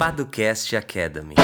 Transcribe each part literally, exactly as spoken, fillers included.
Paducast Academy.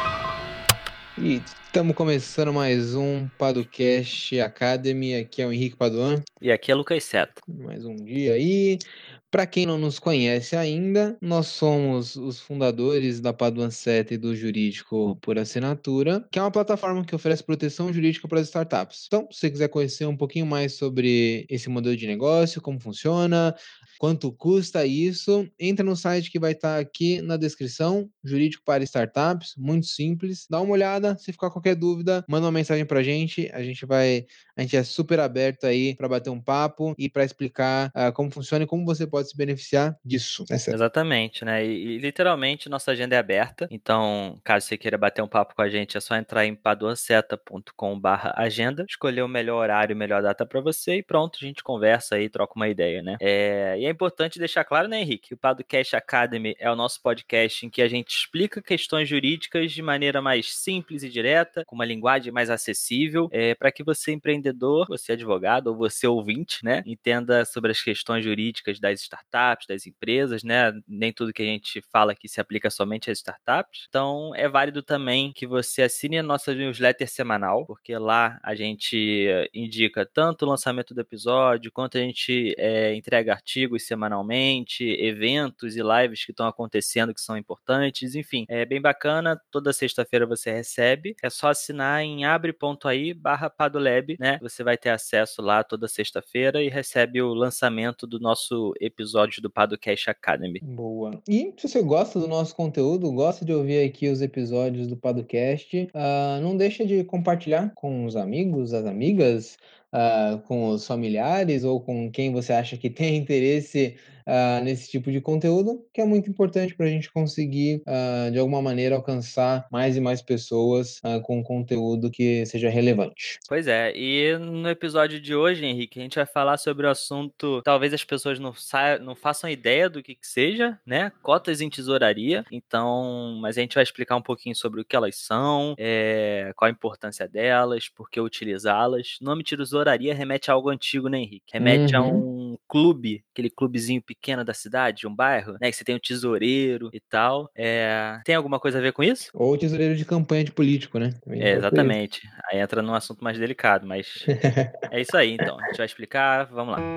E estamos começando mais um Paducast Academy. Aqui é o Henrique Paduan. E aqui é Lucas Seto. Mais um dia aí. Para quem não nos conhece ainda, nós somos os fundadores da Paduan Seta e do Jurídico por Assinatura, que é uma plataforma que oferece proteção jurídica para as startups. Então, se você quiser conhecer um pouquinho mais sobre esse modelo de negócio, como funciona, quanto custa isso, entra no site que vai estar aqui na descrição, Jurídico para Startups, muito simples. Dá uma olhada, se ficar qualquer dúvida, manda uma mensagem pra gente, a gente vai, a gente é super aberto aí para bater um papo e para explicar uh, como funciona e como você pode se beneficiar disso. É certo. Exatamente, né? E, e literalmente nossa agenda é aberta, então caso você queira bater um papo com a gente, é só entrar em paduanseta ponto com barra agenda, escolher o melhor horário, a melhor data para você e pronto, a gente conversa aí, troca uma ideia, né? É, e é importante deixar claro, né, Henrique, que o Paducast Academy é o nosso podcast em que a gente explica questões jurídicas de maneira mais simples e direta, com uma linguagem mais acessível, é, para que você, empreendedor, você advogado ou você ouvinte, né, entenda sobre as questões jurídicas das startups, das empresas, né? Nem tudo que a gente fala aqui se aplica somente às startups. Então, é válido também que você assine a nossa newsletter semanal, porque lá a gente indica tanto o lançamento do episódio, quanto a gente é, entrega artigos semanalmente, eventos e lives que estão acontecendo que são importantes, enfim, é bem bacana. Toda sexta-feira você recebe. É só assinar em abre.ai barra padolab, né? Você vai ter acesso lá toda sexta-feira e recebe o lançamento do nosso episódio do Paducast Academy. Boa. E se você gosta do nosso conteúdo, gosta de ouvir aqui os episódios do Paducast, uh, não deixa de compartilhar com os amigos, as amigas, uh, com os familiares ou com quem você acha que tem interesse uh, nesse tipo de conteúdo, que é muito importante para a gente conseguir, uh, de alguma maneira, alcançar mais e mais pessoas uh, com conteúdo que seja relevante. Pois é, e no episódio de hoje, Henrique, a gente vai falar sobre o assunto, talvez as pessoas não, sa- não façam ideia do que que seja, né? Cotas em tesouraria. Então, mas a gente vai explicar um pouquinho sobre o que elas são, é, qual a importância delas, por que utilizá-las. O nome tesouraria remete a algo antigo, né, Henrique? Remete a Uhum. um clube, aquele clubezinho pequeno da cidade, um bairro, né? Que você tem um tesoureiro e tal. É, tem alguma coisa a ver com isso? Ou tesoureiro de campanha de político, né? Também É, pode ser isso. exatamente. Aí entra num assunto mais delicado, mas é isso aí, então. A gente vai explicar, vamos lá.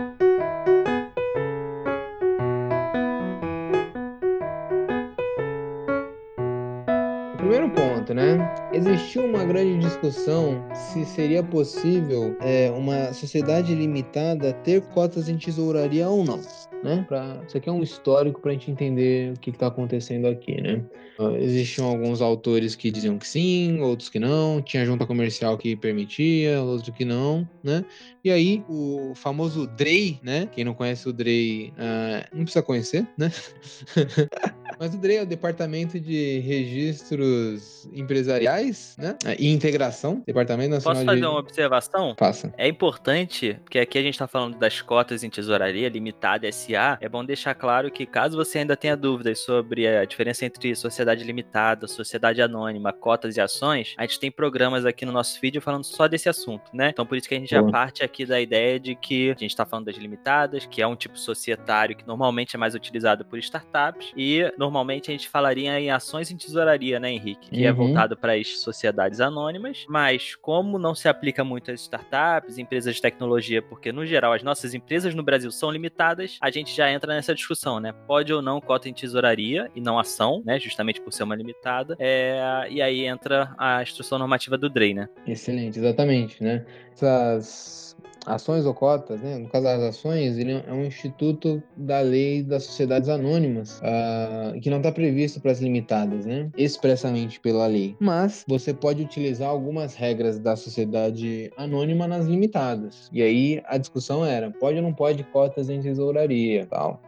Primeiro ponto, né? Existiu uma grande discussão se seria possível é, uma sociedade limitada ter cotas em tesouraria ou não, né? Pra, isso aqui é um histórico para a gente entender o que está acontecendo aqui, né? Uh, existiam alguns autores que diziam que sim, outros que não. Tinha junta comercial que permitia, outros que não, né? E aí o famoso D R E I, né? Quem não conhece o D R E I, uh, não precisa conhecer, né? Mas o D R E I é o Departamento de Registros Empresariais, né? E Integração, Departamento Nacional Posso de fazer uma Registros. observação? Faça. É importante, porque aqui a gente está falando das cotas em tesouraria limitada S A, é bom deixar claro que caso você ainda tenha dúvidas sobre a diferença entre sociedade limitada, sociedade anônima, cotas e ações, a gente tem programas aqui no nosso vídeo falando só desse assunto, né? Então por isso que a gente já Boa. parte aqui da ideia de que a gente está falando das limitadas, que é um tipo societário que normalmente é mais utilizado por startups, e normalmente a gente falaria em ações em tesouraria, né, Henrique? Que Uhum. é voltado para as sociedades anônimas, mas como não se aplica muito às startups, empresas de tecnologia, porque no geral as nossas empresas no Brasil são limitadas, a gente já entra nessa discussão, né? Pode ou não cota em tesouraria e não ação, né? Justamente por ser uma limitada. É... E aí entra a instrução normativa do D R E I, né? Excelente, exatamente, né? Essas ações ou cotas, né? No caso das ações, ele é um instituto da lei das sociedades anônimas, uh, que não está previsto para as limitadas, né? Expressamente pela lei. Mas você pode utilizar algumas regras da sociedade anônima nas limitadas. E aí a discussão era, pode ou não pode cotas em tesouraria, tal.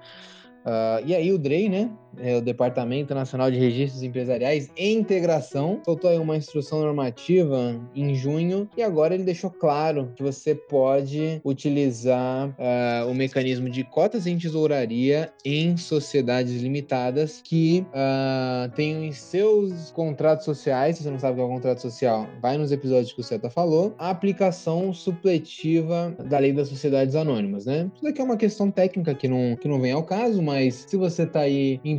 Uh, e aí o D R E I, né, é o Departamento Nacional de Registros Empresariais e Integração, soltou aí uma instrução normativa em junho e agora ele deixou claro que você pode utilizar uh, o mecanismo de cotas em tesouraria em sociedades limitadas que uh, tenham em seus contratos sociais, se você não sabe o que é um contrato social, vai nos episódios que o Seta falou, a aplicação supletiva da lei das sociedades anônimas, né? Isso daqui é uma questão técnica que não, que não vem ao caso, mas se você está aí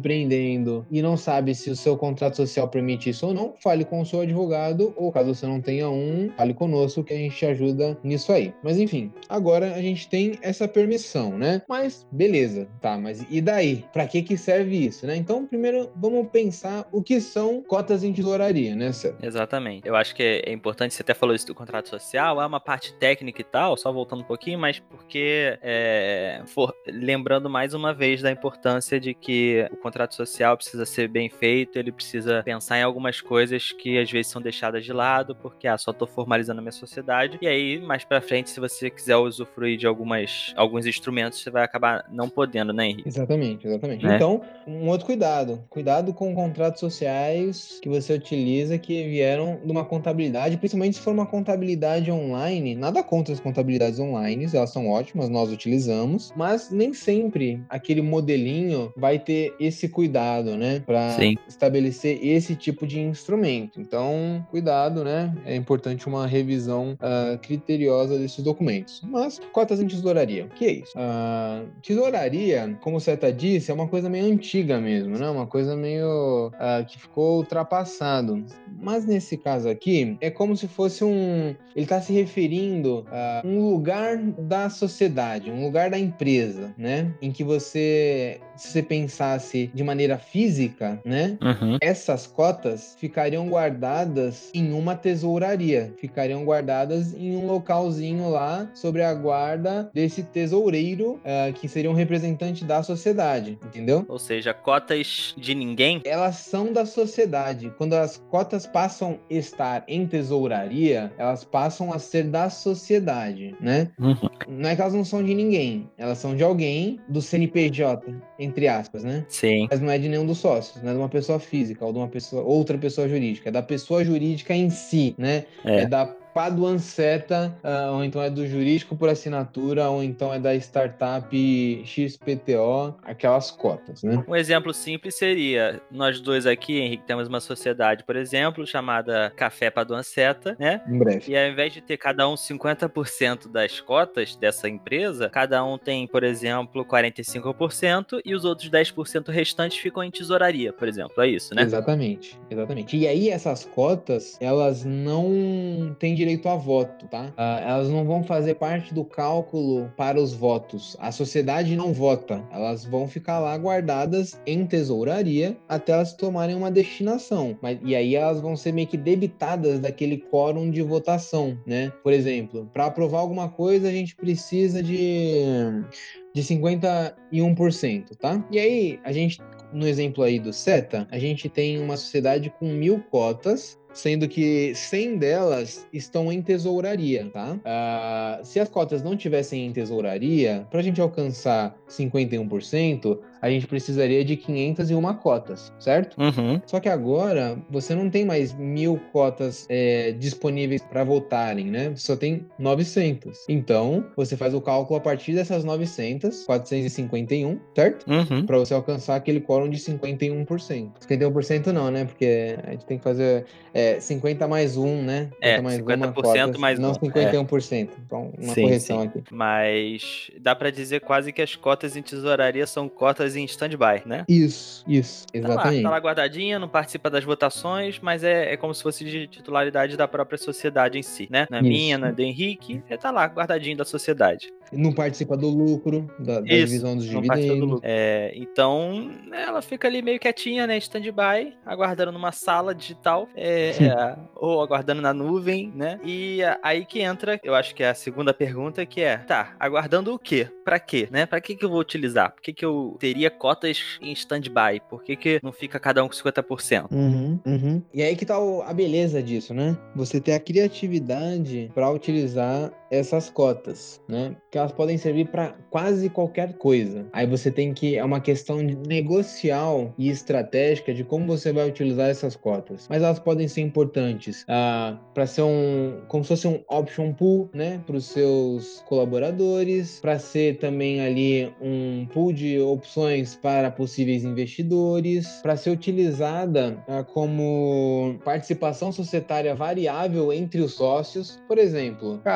empreendendo e não sabe se o seu contrato social permite isso ou não, fale com o seu advogado, ou caso você não tenha um, fale conosco que a gente te ajuda nisso aí. Mas enfim, agora a gente tem essa permissão, né? Mas beleza, tá, mas e daí? Para que que serve isso, né? Então, primeiro vamos pensar o que são cotas em tesouraria, né, César? Exatamente. Eu acho que é importante, você até falou isso do contrato social, é uma parte técnica e tal, só voltando um pouquinho, mas porque é, for, lembrando mais uma vez da importância de que o contrato social precisa ser bem feito, ele precisa pensar em algumas coisas que às vezes são deixadas de lado, porque ah, só tô formalizando a minha sociedade, e aí mais pra frente, se você quiser usufruir de algumas, alguns instrumentos, você vai acabar não podendo, né, Henrique? Exatamente, exatamente. Né? Então, um outro cuidado. Cuidado com contratos sociais que você utiliza que vieram de uma contabilidade, principalmente se for uma contabilidade online. Nada contra as contabilidades online, elas são ótimas, nós utilizamos, mas nem sempre aquele modelinho vai ter esse cuidado, né, para Sim. estabelecer esse tipo de instrumento. Então, cuidado, né? É importante uma revisão uh, criteriosa desses documentos. Mas, cotas em tesouraria, o que é isso? Uh, tesouraria, como o Seta disse, é uma coisa meio antiga mesmo, né? Uma coisa meio uh, que ficou ultrapassado. Mas nesse caso aqui, é como se fosse um... Ele está se referindo a um lugar da sociedade, um lugar da empresa, né? Em que você, se você pensasse de maneira física, né? Uhum. Essas cotas ficariam guardadas em uma tesouraria, ficariam guardadas em um localzinho lá, sobre a guarda desse tesoureiro, uh, que seria um representante da sociedade, entendeu? Ou seja, cotas de ninguém? Elas são da sociedade. Quando as cotas passam a estar em tesouraria, elas passam a ser da sociedade, né? Uhum. Não é que elas não são de ninguém, elas são de alguém do C N P J, entre aspas, né? Sim. Mas não é de nenhum dos sócios, não é de uma pessoa física ou de uma pessoa, outra pessoa jurídica, é da pessoa jurídica em si, né? É. É da Paduanceta, uh, ou então é do jurídico por assinatura, ou então é da startup X P T O, aquelas cotas, né? Um exemplo simples seria, nós dois aqui, Henrique, temos uma sociedade, por exemplo, chamada Café Paduanceta, né? Em breve. E ao invés de ter cada um cinquenta por cento das cotas dessa empresa, cada um tem, por exemplo, quarenta e cinco por cento e os outros dez por cento restantes ficam em tesouraria, por exemplo. É isso, né? Exatamente, exatamente. E aí essas cotas, elas não têm direito a voto, tá? Uh, elas não vão fazer parte do cálculo para os votos. A sociedade não vota. Elas vão ficar lá guardadas em tesouraria até elas tomarem uma destinação. Mas, e aí elas vão ser meio que debitadas daquele quórum de votação, né? Por exemplo, para aprovar alguma coisa, a gente precisa de... de cinquenta e um por cento, tá? E aí, a gente, no exemplo aí do Seta, a gente tem uma sociedade com mil cotas, sendo que cem delas estão em tesouraria, tá? Uh, se as cotas não tivessem em tesouraria, para a gente alcançar cinquenta e um por cento, a gente precisaria de quinhentas e uma cotas, certo? Uhum. Só que agora, você não tem mais mil cotas é, disponíveis para votarem, né? Você só tem novecentas. Então, você faz o cálculo a partir dessas novecentas, quatrocentos e cinquenta e um, certo? Uhum. Para você alcançar aquele quórum de cinquenta e um por cento. cinquenta e um por cento não, né? Porque a gente tem que fazer é, cinquenta mais um, né? cinquenta É, mais cinquenta uma por cento cota, mais não um. cinquenta É. e um por cento. Então, uma Sim, correção sim. aqui. Mas dá pra dizer quase que as cotas em tesouraria são cotas em stand-by, né? Isso, isso, Tá lá, tá lá exatamente. guardadinha, não participa das votações, mas é, é como se fosse de titularidade da própria sociedade em si, né? Não é minha, Isso. não é do Henrique, é tá lá, guardadinho da sociedade. Não participa do lucro, da, da Isso, divisão dos não participa do dividendos. lucro. É, então, ela fica ali meio quietinha, né, stand-by, aguardando numa sala digital, é, é, ou aguardando na nuvem, né? E aí que entra, eu acho que é a segunda pergunta, que é, tá, aguardando o quê? Pra quê, né? Pra que que eu vou utilizar? Por que que eu teria cotas em stand-by? Por que que não fica cada um com cinquenta por cento? Uhum, uhum. E aí que tá o- a beleza disso, né? Você ter a criatividade para utilizar essas cotas, né? Que elas podem servir para quase qualquer coisa. Aí você tem que é uma questão de negocial e estratégica de como você vai utilizar essas cotas. Mas elas podem ser importantes ah, para ser um como se fosse um option pool, né? Para os seus colaboradores, para ser também ali um pool de opções para possíveis investidores, para ser utilizada ah, como participação societária variável entre os sócios. Por exemplo, cara,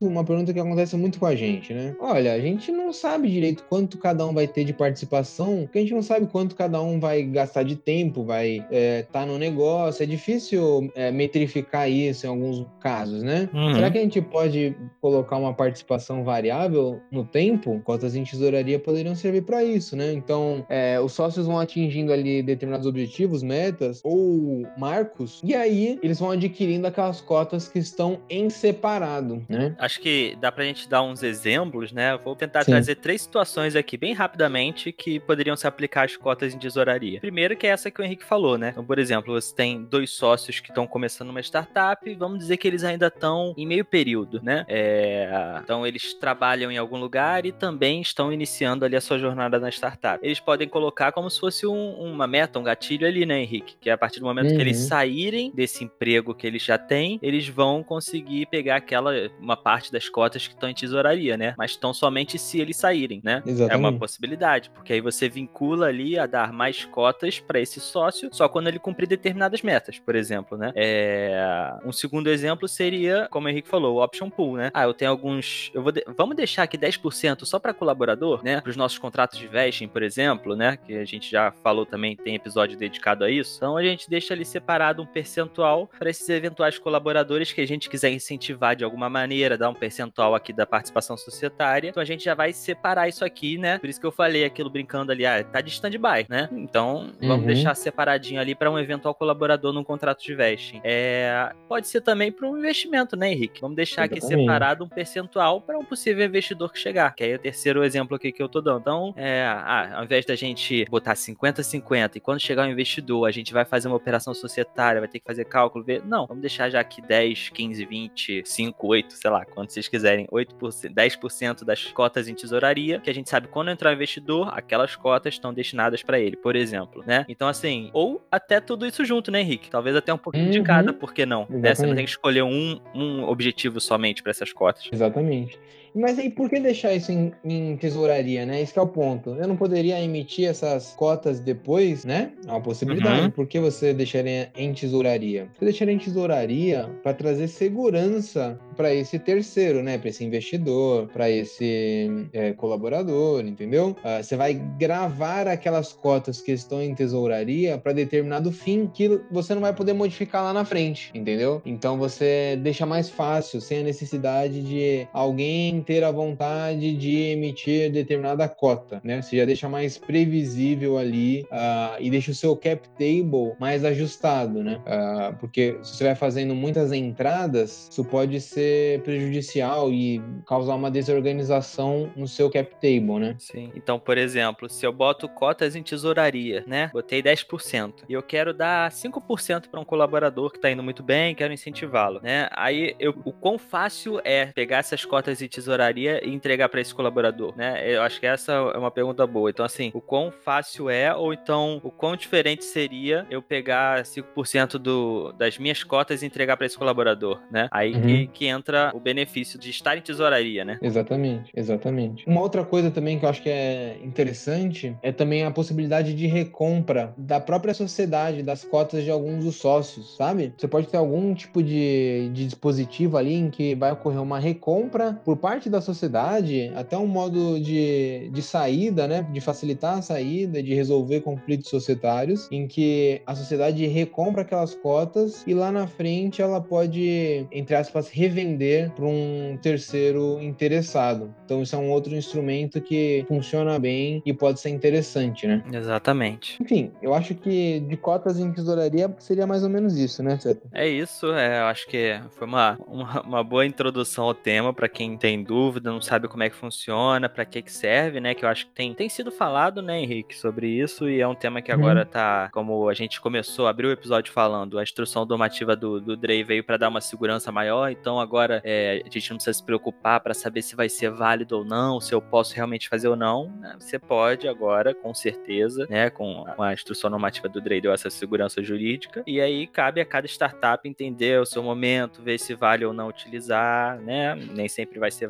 uma pergunta que acontece muito com a gente, né? Olha, a gente não sabe direito quanto cada um vai ter de participação, porque a gente não sabe quanto cada um vai gastar de tempo, vai estar é, tá no negócio. É difícil é, metrificar isso em alguns casos, né? Uhum. Será que a gente pode colocar uma participação variável no tempo? Cotas em tesouraria poderiam servir para isso, né? Então, é, os sócios vão atingindo ali determinados objetivos, metas ou marcos, e aí eles vão adquirindo aquelas cotas que estão em separado, né? Acho que dá pra gente dar uns exemplos, né? Vou tentar Sim. trazer três situações aqui, bem rapidamente, que poderiam se aplicar às cotas em tesouraria. Primeiro, que é essa que o Henrique falou, né? Então, por exemplo, você tem dois sócios que estão começando uma startup, vamos dizer que eles ainda estão em meio período, né? É... Então, eles trabalham em algum lugar e também estão iniciando ali a sua jornada na startup. Eles podem colocar como se fosse um, uma meta, um gatilho ali, né, Henrique? Que é a partir do momento Uhum. que eles saírem desse emprego que eles já têm, eles vão conseguir pegar aquela, uma parte das cotas que estão em tesouraria, né? Mas estão somente se eles saírem, né? Exatamente. É uma possibilidade, porque aí você vincula ali a dar mais cotas para esse sócio só quando ele cumprir determinadas metas, por exemplo, né? É... Um segundo exemplo seria, como o Henrique falou, o option pool, né? Ah, eu tenho alguns... Eu vou de... Vamos deixar aqui dez por cento só para colaborador, né? Para os nossos contratos de vesting, por exemplo, né? Que a gente já falou também, tem episódio dedicado a isso. Então a gente deixa ali separado um percentual para esses eventuais colaboradores que a gente quiser incentivar de alguma maneira, dar um percentual aqui da participação societária. Então a gente já vai separar isso aqui, né? Por isso que eu falei aquilo brincando ali, ah, tá de stand-by, né? Então vamos Uhum. deixar separadinho ali para um eventual colaborador num contrato de vesting. É... Pode ser também para um investimento, né, Henrique? Vamos deixar aqui Exatamente. separado um percentual para um possível investidor que chegar. Que aí é o terceiro exemplo aqui que eu tô dando. Então, é, ah, ao invés da gente botar cinquenta a cinquenta e quando chegar o investidor, a gente vai fazer uma operação societária, vai ter que fazer cálculo, ver. Não, vamos deixar já aqui dez, quinze, vinte, cinco, oito, sei lá, quanto vocês quiserem, oito por cento, dez por cento das cotas em tesouraria, que a gente sabe quando entrar o investidor, aquelas cotas estão destinadas para ele, por exemplo, né? Então, assim, ou até tudo isso junto, né, Henrique? Talvez até um pouquinho Uhum. de cada, por que não? Né? Você não tem Exatamente. que escolher um, um objetivo somente para essas cotas. Exatamente. Mas aí, por que deixar isso em, em tesouraria, né? Esse que é o ponto. Eu não poderia emitir essas cotas depois, né? É uma possibilidade. Uhum. Por que você deixaria em tesouraria? Você deixaria em tesouraria para trazer segurança para esse terceiro, né? Para esse investidor, para esse é, colaborador, entendeu? Ah, você vai gravar aquelas cotas que estão em tesouraria para determinado fim que você não vai poder modificar lá na frente, entendeu? Então você deixa mais fácil, sem a necessidade de alguém ter a vontade de emitir determinada cota, né? Você já deixa mais previsível ali uh, e deixa o seu cap table mais ajustado, né? Uh, porque se você vai fazendo muitas entradas, isso pode ser prejudicial e causar uma desorganização no seu cap table, né? Sim. Então, por exemplo, se eu boto cotas em tesouraria, né? Botei dez por cento e eu quero dar cinco por cento para um colaborador que está indo muito bem, quero incentivá-lo, né? Aí, eu, o quão fácil é pegar essas cotas em tesouraria e entregar para esse colaborador, né? Eu acho que essa é uma pergunta boa. Então, assim, o quão fácil é ou então o quão diferente seria eu pegar cinco por cento do, das minhas cotas e entregar para esse colaborador, né? Aí Uhum. que, que entra o benefício de estar em tesouraria, né? Exatamente, exatamente. Uma outra coisa também que eu acho que é interessante é também a possibilidade de recompra da própria sociedade, das cotas de alguns dos sócios, sabe? Você pode ter algum tipo de, de dispositivo ali em que vai ocorrer uma recompra por parte da sociedade, até um modo de, de saída, né? De facilitar a saída, de resolver conflitos societários, em que a sociedade recompra aquelas cotas e lá na frente ela pode, entre aspas, revender para um terceiro interessado. Então isso é um outro instrumento que funciona bem e pode ser interessante, né? Exatamente. Enfim, eu acho que de cotas em tesouraria seria mais ou menos isso, né, Ceta? É isso, é, eu acho que foi uma, uma, uma boa introdução ao tema para quem tem dúvida, não sabe como é que funciona, para que que serve, né, que eu acho que tem, tem sido falado, né, Henrique, sobre isso, e é um tema que agora tá, como a gente começou, abriu o episódio falando, a instrução normativa do, do D R E I veio para dar uma segurança maior, então agora é, a gente não precisa se preocupar para saber se vai ser válido ou não, se eu posso realmente fazer ou não, né? Você pode agora, com certeza, né, com a instrução normativa do D R E I deu essa segurança jurídica, e aí cabe a cada startup entender o seu momento, ver se vale ou não utilizar, né? Nem sempre vai ser válido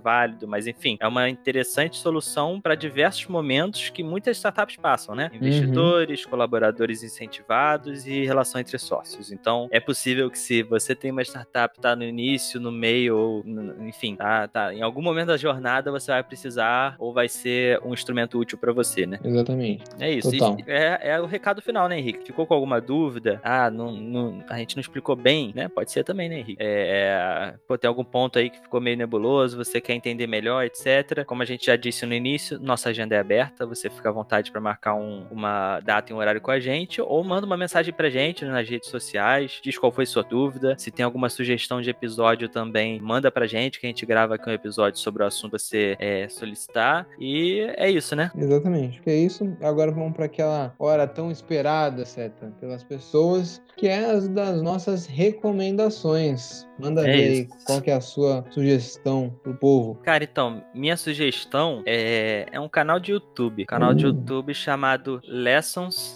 válido, mas enfim, é uma interessante solução para diversos momentos que muitas startups passam, né? Investidores, uhum. colaboradores incentivados e relação entre sócios. Então, é possível que se você tem uma startup, tá no início, no meio, ou enfim, tá, tá em algum momento da jornada você vai precisar ou vai ser um instrumento útil para você, né? Exatamente. É isso. Total. E é, é o recado final, né, Henrique? Ficou com alguma dúvida? Ah, não, não, a gente não explicou bem, né? Pode ser também, né, Henrique? É, pô, tem algum ponto aí que ficou meio nebuloso, você quer entender melhor, etcétera. Como a gente já disse no início, nossa agenda é aberta, você fica à vontade para marcar um, uma data e um horário com a gente, ou manda uma mensagem pra gente nas redes sociais, diz qual foi sua dúvida, se tem alguma sugestão de episódio também, manda pra gente, que a gente grava aqui um episódio sobre o assunto que você é, solicitar, e é isso, né? Exatamente, que é isso. Agora vamos para aquela hora tão esperada, Seta, pelas pessoas, que é as das nossas recomendações. Manda É ver isso. aí qual que é a sua sugestão pro povo. Cara, então, minha sugestão é, é um canal de YouTube. Um canal de YouTube chamado Lessons.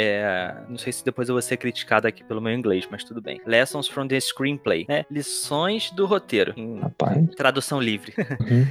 É, não sei se depois eu vou ser criticado aqui pelo meu inglês, mas tudo bem. Lessons from the Screenplay, né? Lições do roteiro. Em Rapaz. tradução livre. Uhum.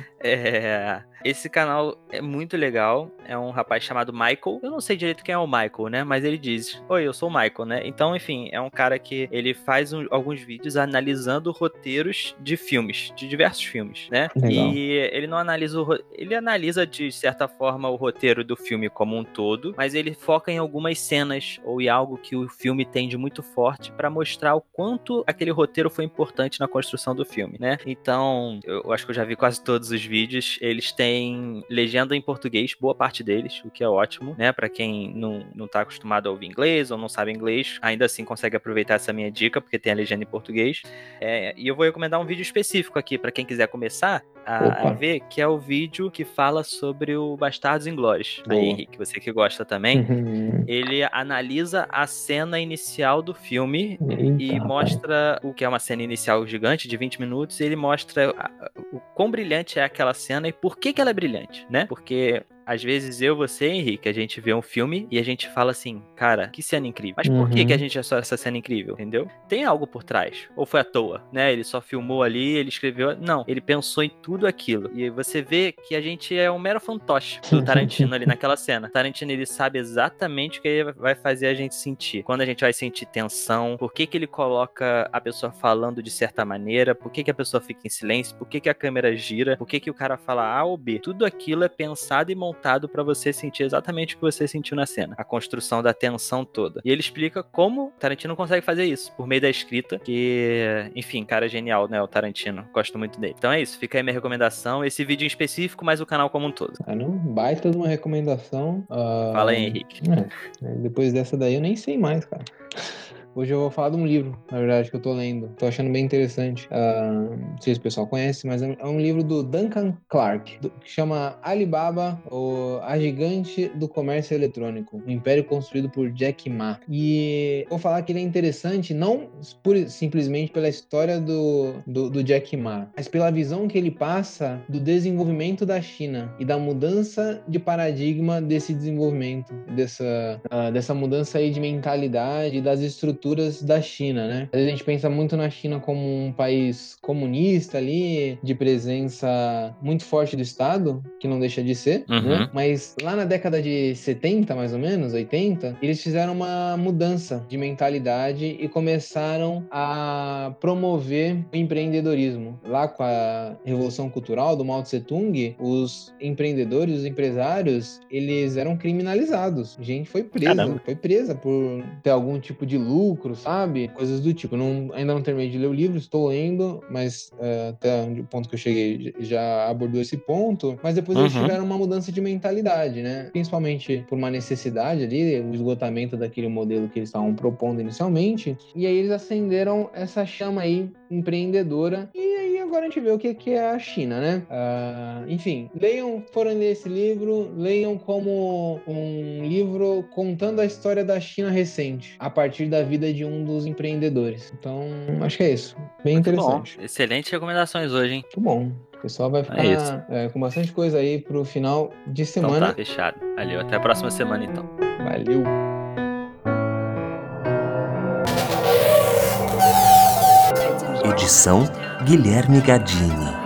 É, esse canal é muito legal. É um rapaz chamado Michael. Eu não sei direito quem é o Michael, né? Mas ele diz: oi, eu sou o Michael, né? Então, enfim, é um cara que ele faz um, alguns vídeos analisando roteiros de filmes, de diversos filmes, né? Legal. E ele não analisa o, ele analisa de certa forma o roteiro do filme como um todo, mas ele foca em algumas cenas ou em algo que o filme tem de muito forte para mostrar o quanto aquele roteiro foi importante na construção do filme, né? Então, eu acho que eu já vi quase todos os vídeos. Eles têm legenda em português, boa parte deles, o que é ótimo, né? Pra quem não, não tá acostumado a ouvir inglês ou não sabe inglês, ainda assim consegue aproveitar essa minha dica, porque tem a legenda em português. É, e eu vou recomendar um vídeo específico aqui pra quem quiser começar a, a ver, que é o vídeo que fala sobre o Bastardos Inglórios. Aí, Henrique, você que gosta também, Uhum. ele analisa a cena inicial do filme. Eita, e mostra rapaz. O que é uma cena inicial gigante de vinte minutos, e ele mostra a, o quão brilhante é aquela cena e por que que ela é brilhante, né? Porque às vezes eu, você, Henrique, a gente vê um filme e a gente fala assim, cara, que cena incrível. Mas por uhum. que que a gente achou essa cena incrível, entendeu? Tem algo por trás. Ou foi à toa, né? Ele só filmou ali, ele escreveu... Não, ele pensou em tudo aquilo. E você vê que a gente é um mero fantoche do Tarantino ali naquela cena. O Tarantino, ele sabe exatamente o que ele vai fazer a gente sentir. Quando a gente vai sentir tensão, por que que ele coloca a pessoa falando de certa maneira, por que que a pessoa fica em silêncio, por que que a câmera gira, por que que o cara fala A ou B. Tudo aquilo é pensado e montado para você sentir exatamente o que você sentiu na cena. A construção da tensão toda. E ele explica como Tarantino consegue fazer isso, por meio da escrita, que, enfim, cara genial, né, o Tarantino. Gosto muito dele. Então é isso, fica aí minha recomendação, esse vídeo em específico, mas o canal como um todo. Ah, não, baita de uma recomendação. Uh... Fala aí, Henrique. É, depois dessa daí eu nem sei mais, cara. Hoje eu vou falar de um livro, na verdade, que eu tô lendo. Tô achando bem interessante. Uh, não sei se o pessoal conhece, mas é um livro do Duncan Clark, do, que chama Alibaba, ou A Gigante do Comércio Eletrônico, um império construído por Jack Ma. E vou falar que ele é interessante não por, simplesmente pela história do, do, do Jack Ma, mas pela visão que ele passa do desenvolvimento da China e da mudança de paradigma desse desenvolvimento, dessa, uh, dessa mudança aí de mentalidade e das estruturas da China, né? Às vezes a gente pensa muito na China como um país comunista ali, de presença muito forte do Estado, que não deixa de ser, uhum. né? Mas lá na década de setenta, mais ou menos, oitenta, eles fizeram uma mudança de mentalidade e começaram a promover o empreendedorismo. Lá com a Revolução Cultural do Mao Tse Tung, os empreendedores, os empresários, eles eram criminalizados. A gente foi presa, Caramba. foi presa por ter algum tipo de lucro, sabe? Coisas do tipo. Não, ainda não terminei de ler o livro, estou lendo, mas uh, até o ponto que eu cheguei já abordou esse ponto. Mas depois uhum. eles tiveram uma mudança de mentalidade, né? Principalmente por uma necessidade ali, o esgotamento daquele modelo que eles estavam propondo inicialmente. E aí eles acenderam essa chama aí empreendedora. E aí agora a gente vê o que, que é a China, né? Uh, enfim, leiam, foram ler esse livro, leiam como um livro contando a história da China recente, a partir da vida de um dos empreendedores. Então, acho que é isso. Bem Muito interessante. Bom. Excelentes recomendações hoje, hein? Muito bom. O pessoal vai ficar é é, com bastante coisa aí pro final de semana. Então tá, fechado. Valeu. Até a próxima semana, então. Valeu. Edição Guilherme Gadini.